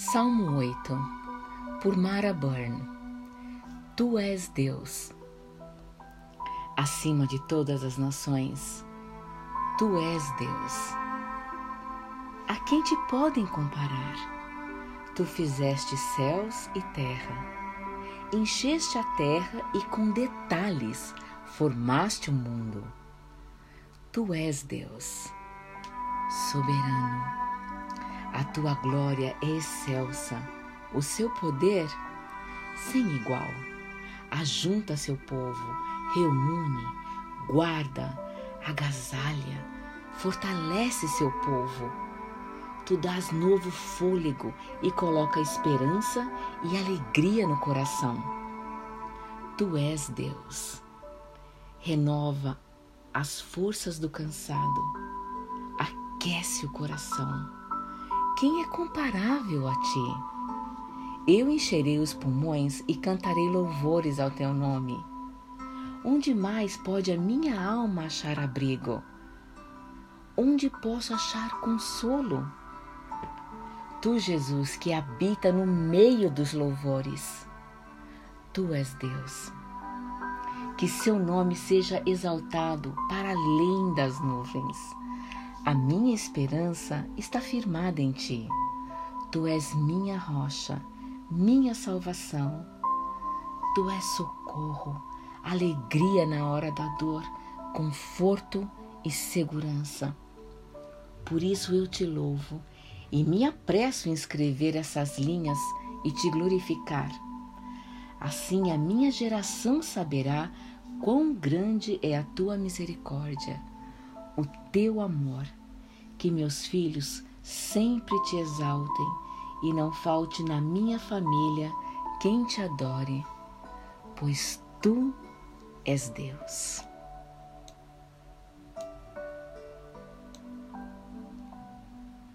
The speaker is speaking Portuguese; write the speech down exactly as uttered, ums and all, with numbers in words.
Salmo oito, por Mara Byrne. Tu és Deus, acima de todas as nações. Tu és Deus. A quem te podem comparar? Tu fizeste céus e terra, encheste a terra e com detalhes formaste o mundo. Tu és Deus, soberano. A tua glória é excelsa, o seu poder sem igual. Ajunta seu povo, reúne, guarda, agasalha, fortalece seu povo. Tu dás novo fôlego e coloca esperança e alegria no coração. Tu és Deus. Renova as forças do cansado, aquece o coração. Quem é comparável a ti? Eu encherei os pulmões e cantarei louvores ao teu nome. Onde mais pode a minha alma achar abrigo? Onde posso achar consolo? Tu, Jesus, que habita no meio dos louvores. Tu és Deus. Que seu nome seja exaltado para além das nuvens. A minha esperança está firmada em ti. Tu és minha rocha, minha salvação. Tu és socorro, alegria na hora da dor, conforto e segurança. Por isso eu te louvo e me apresso em escrever essas linhas e te glorificar. Assim a minha geração saberá quão grande é a tua misericórdia, o teu amor. Que meus filhos sempre te exaltem e não falte na minha família quem te adore, pois tu és Deus.